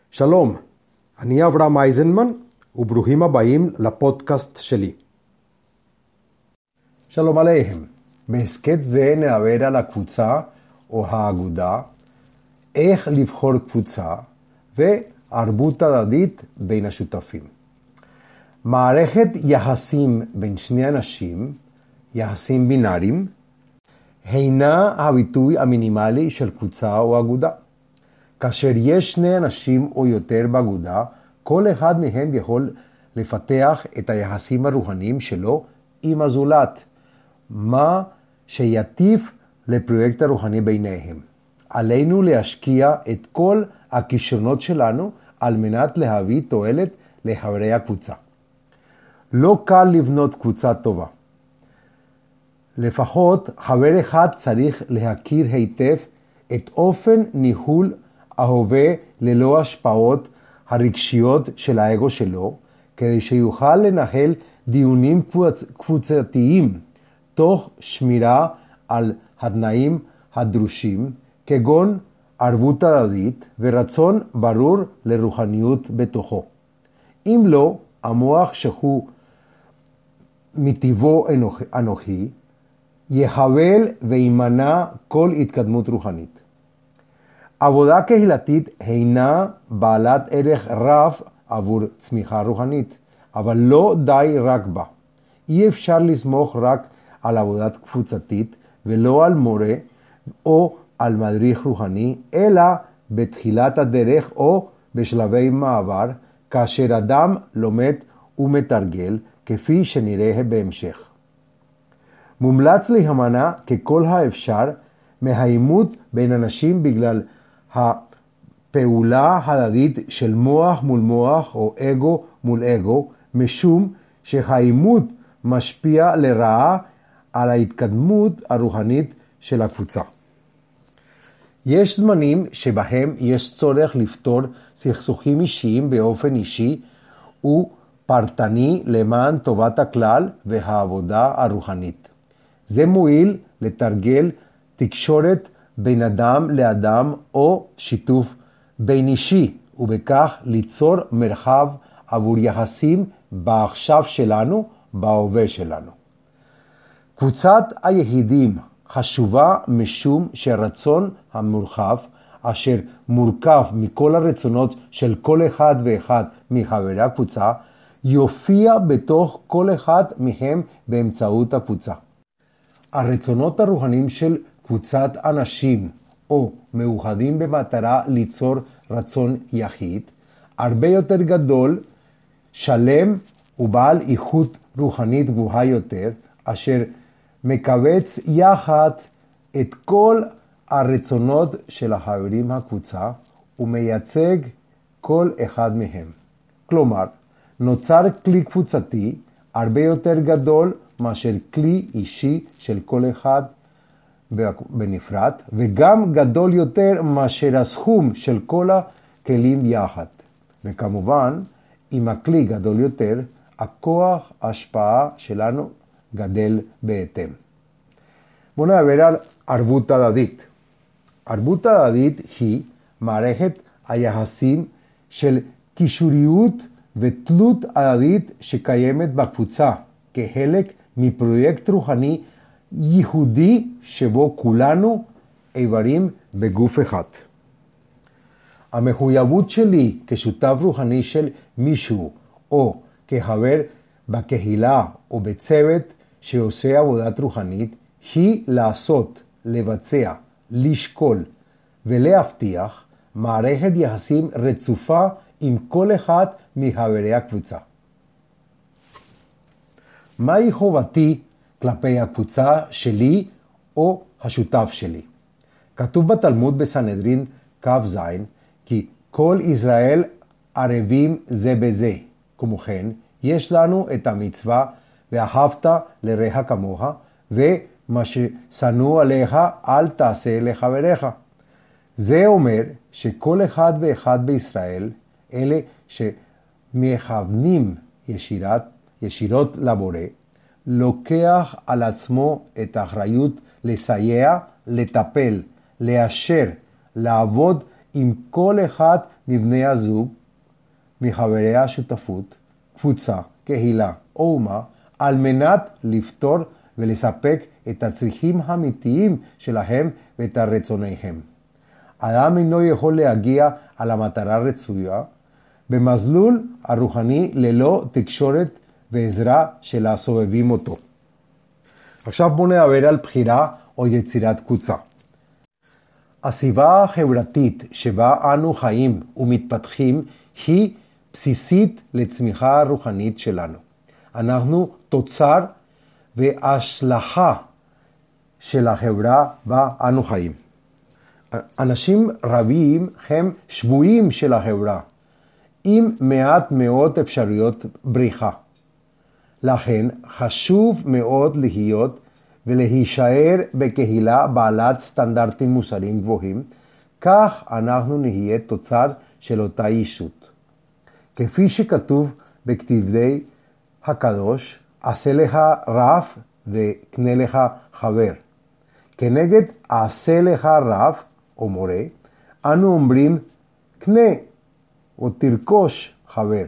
שלום, אני אברהם אייזנמן, וברוכים הבאים לפודקאסט שלי. שלום עליהם. בהסכת זה נדבר על הקבוצה או האגודה, איך לבחור קבוצה וערבות הדדית בין השותפים. מערכת יחסים בין שני אנשים, יחסים בינאריים, הינה הביטוי המינימלי של קבוצה או אגודה. כאשר יש שני אנשים או יותר באגודה, כל אחד מהם יכול לפתח את היחסים הרוחניים שלו עם הזולת, מה שיטיף לפרויקט הרוחני ביניהם. עלינו להשקיע את כל הכישרונות שלנו על מנת להביא תועלת לחברי הקבוצה. לא קל לבנות קבוצה טובה. לפחות חבר אחד צריך להכיר היטב את אופן ניהול ההווה ללא השפעות הרגשיות של האגו שלו, כדי שיוכל לנהל דיונים קבוצתיים, תוך שמירה על התנאים הדרושים, כגון ערבות הדדית ורצון ברור לרוחניות בתוכו. אם לא, המוח שהוא מטבעו אנוכי, יחבל וימנע כל התקדמות רוחנית. עבודה קהילתית הינה בעלת ערך רב עבור צמיחה רוחנית, אבל לא די רק בה. אי אפשר לסמוך רק על עבודת קבוצתית ולא על מורה או על מדריך רוחני, אלא בתחילת הדרך או בשלבי מעבר, כאשר אדם לומד ומתרגל, כפי שנראה בהמשך. מומלץ להימנע ככל האפשר מהעימות בין אנשים בגלל הפעולה ההדדית של מוח מול מוח או אגו מול אגו, משום שהעימות משפיע לרעה על ההתקדמות הרוחנית של הקבוצה. יש זמנים שבהם יש צורך לפתור סכסוכים אישיים באופן אישי ופרטני למען טובת הכלל והעבודה הרוחנית. זה מועיל לתרגל תקשורת בין אדם לאדם או שיתוף בין אישי, ובכך ליצור מרחב עבור יחסים בעכשיו שלנו, בהווה שלנו. קבוצת היחידים חשובה משום שהרצון המורחב, אשר מורכב מכל הרצונות של כל אחד ואחד מחברי הקבוצה, יופיע בתוך כל אחד מהם באמצעות הקבוצה. הרצונות הרוחניים של קבוצת אנשים או מאוחדים במטרה ליצור רצון יחיד, הרבה יותר גדול, שלם ובעל איכות רוחנית גבוהה יותר, אשר מקבץ יחד את כל הרצונות של החברים הקבוצה ומייצג כל אחד מהם. כלומר, נוצר כלי קבוצתי הרבה יותר גדול מאשר כלי אישי של כל אחד בנפרד, וגם גדול יותר מאשר הסכום של כל הכלים יחד. וכמובן, אם הכלי גדול יותר, הכוח ההשפעה שלנו גדל בהתאם. בואו נדבר על ערבות הדדית. ערבות הדדית היא מערכת היחסים של קישוריות ותלות הדדית שקיימת בקבוצה, כחלק מפרויקט רוחני ייחודי שבו כולנו איברים בגוף אחד. המחויבות שלי כשותף רוחני של מישהו או כחבר בקהילה או בצוות שעושה עבודת רוחנית היא לעשות, לבצע, לשקול ולהבטיח מערכת יחסים רצופה עם כל אחד מחברי הקבוצה. מהי חובתי כלפי הקבוצה שלי או השותף שלי? כתוב בתלמוד בסנהדרין כ"ז כי כל ישראל ערבים זה בזה. כמו כן, יש לנו את המצווה ואהבת לרעך כמוך, ומה ששנוא עליך אל תעשה לחבריך. זה אומר שכל אחד ואחד בישראל, אלה שמכוונים ישירות לבורא, לוקח על עצמו את האחריות לסייע, לטפל, לאשר, לעבוד עם כל אחד מבני הזוג, מחברי השותפות, קבוצה, קהילה או אומה, על מנת לפתור ולספק את הצרכים האמיתיים שלהם ואת רצוניהם. אדם אינו יכול להגיע על המטרה הרצויה במסלול הרוחני ללא תקשורת ועזרה של הסובבים אותו. עכשיו בואו נדבר על בחירה או יצירת קבוצה. הסביבה החברתית שבה אנו חיים ומתפתחים היא בסיסית לצמיחה הרוחנית שלנו. אנחנו תוצר והשלכה של החברה בה אנו חיים. אנשים רבים הם שבויים של החברה, עם מעט מאוד אפשרויות בריחה. לכן חשוב מאוד להיות ולהישאר בקהילה בעלת סטנדרטים מוסריים גבוהים, כך אנחנו נהיה תוצר של אותה אישות. כפי שכתוב בכתבי הקדוש, עשה לך רב וקנה לך חבר. כנגד עשה לך רב או מורה, אנו אומרים קנה או תרכוש חבר.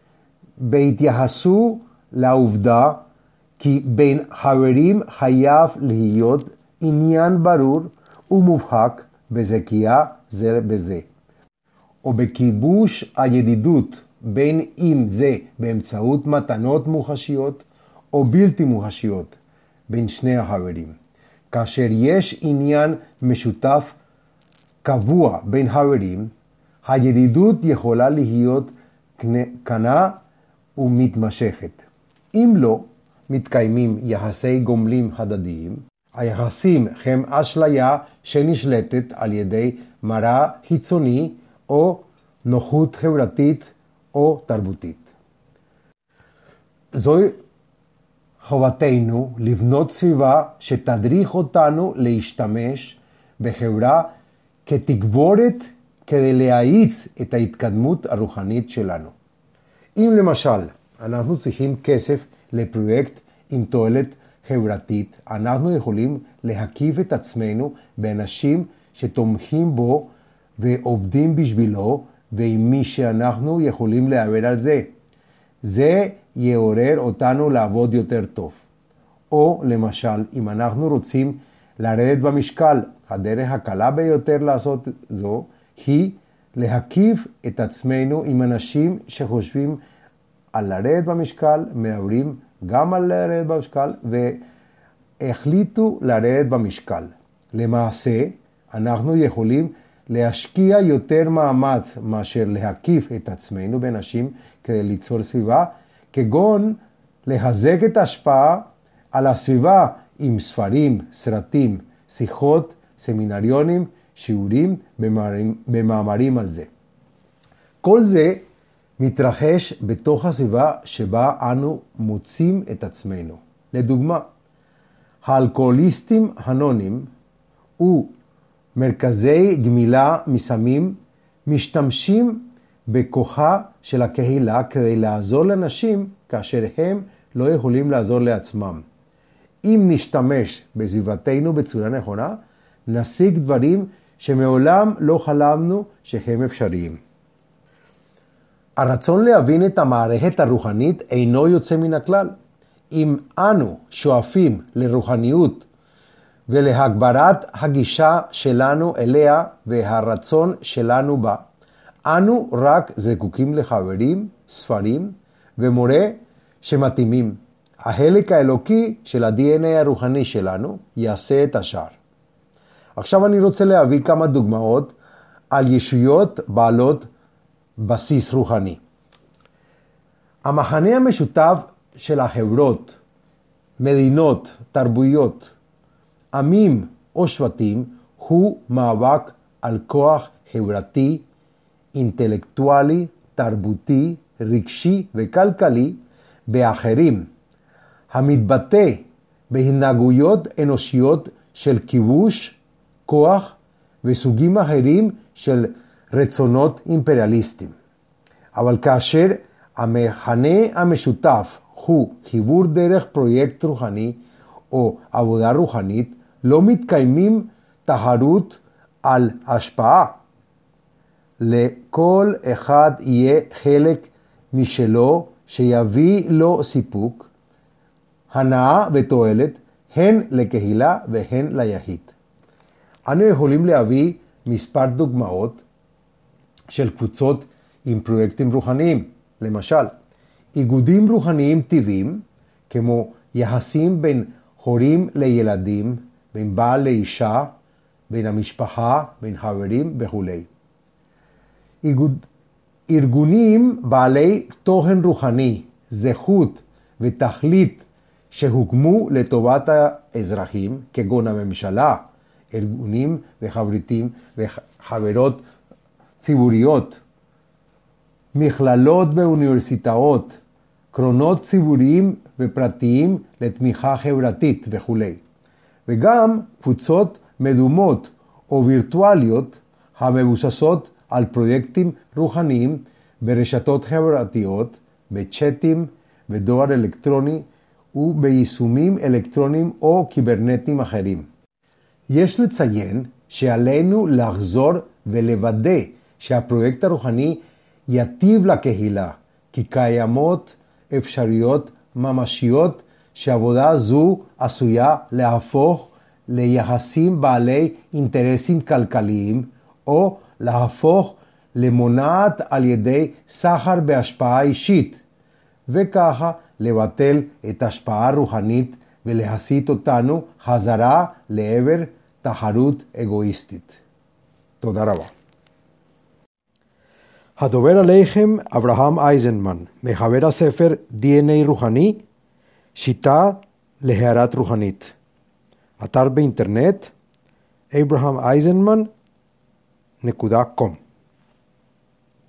בהתייחסו לעובדה כי בין חברים חייב להיות עניין ברור ומובהק בזכייה זה בזה. או בכיבוש הידידות, בין אם זה באמצעות מתנות מוחשיות או בלתי מוחשיות בין שני החברים. כאשר יש עניין משותף קבוע בין חברים, הידידות יכולה להיות כנה ומתמשכת. אם לא מתקיימים יחסי גומלין הדדיים, היחסים הם אשליה שנשלטת על ידי מראה חיצוני או נוחות חברתית או תרבותית. זוהי חובתנו לבנות סביבה שתדריך אותנו להשתמש בחברה כתגבורת כדי להאיץ את ההתקדמות הרוחנית שלנו. אם למשל אנחנו צריכים כסף לפרויקט עם תועלת חברתית, אנחנו יכולים להקיף את עצמנו באנשים שתומכים בו ועובדים בשבילו ועם מי שאנחנו יכולים לעבוד על זה. זה יעורר אותנו לעבוד יותר טוב. או למשל, אם אנחנו רוצים לרדת במשקל, הדרך הקלה ביותר לעשות זו היא להקיף את עצמנו עם אנשים שחושבים על לרדת במשקל, מעברים גם על לרדת במשקל והחליטו לרדת במשקל. למעשה, אנחנו יכולים להשקיע יותר מאמץ מאשר להקיף את עצמנו באנשים כדי ליצור סביבה, כגון לחזק את ההשפעה על הסביבה עם ספרים, סרטים, שיחות, סמינריונים, שיעורים, במאמרים על זה. כל זה מתרחש בתוך הסביבה שבה אנו מוצאים את עצמנו. לדוגמה, האלכוהוליסטים האנונימיים ומרכזי גמילה מסמים משתמשים בכוחה של הקהילה כדי לעזור לאנשים כאשר הם לא יכולים לעזור לעצמם. אם נשתמש בסביבתנו בצורה נכונה, נשיג דברים שמעולם לא חלמנו שהם אפשריים. הרצון להבין את המערכת הרוחנית אינו יוצא מן הכלל. אם אנו שואפים לרוחניות ולהגברת הגישה שלנו אליה והרצון שלנו בה, אנו רק זקוקים לחברים, ספרים ומורה שמתאימים. החלק האלוקי של ה-DNA הרוחני שלנו יעשה את השאר. עכשיו אני רוצה להביא כמה דוגמאות על ישויות בעלות בסיס רוחני. המחנה המשותף של החברות, מדינות, תרבויות, עמים או שבטים הוא מאבק על כוח חברתי, אינטלקטואלי, תרבותי, רגשי וכלכלי באחרים, המתבטא בהתנהגויות אנושיות של כיבוש, כוח וסוגים אחרים של רצונות אימפריאליסטיים. אבל כאשר המכנה המשותף הוא חיבור דרך פרויקט רוחני או עבודה רוחנית, לא מתקיימים תחרות על השפעה. לכל אחד יהיה חלק משלו שיביא לו סיפוק, הנאה ותועלת, הן לקהילה והן ליחיד. אנו יכולים להביא מספר דוגמאות של קבוצות עם פרויקטים רוחניים. למשל, איגודים רוחניים טבעיים, כמו יחסים בין הורים לילדים, בין בעל לאישה, בין המשפחה, בין חברים וכו'. ארגונים בעלי תוכן רוחני, זכות ותכלית שהוקמו לטובת האזרחים, כגון הממשלה, ארגונים וחברות ציבוריות, מכללות ואוניברסיטאות, קרונות ציבוריים ופרטיים לתמיכה חברתית וכו'. וגם קבוצות מדומות או וירטואליות המבוססות על פרויקטים רוחניים ברשתות חברתיות, בצ'אטים, בדואר אלקטרוני וביישומים אלקטרוניים או קיברנטיים אחרים. יש לציין שעלינו לחזור ולוודא שהפרויקט הרוחני יטיב לקהילה, כי קיימות אפשרויות ממשיות שעבודה זו עשויה להפוך ליחסים בעלי אינטרסים כלכליים, או להפוך למונעת על ידי סחר בהשפעה אישית, וככה לבטל את ההשפעה הרוחנית ולהסיט אותנו חזרה לעבר תחרות אגואיסטית. תודה רבה. הדובר עליכם אברהם אייזנמן, מחבר הספר DNA רוחני, שיטה להארת רוחנית. אתר באינטרנט abrahameisenman.com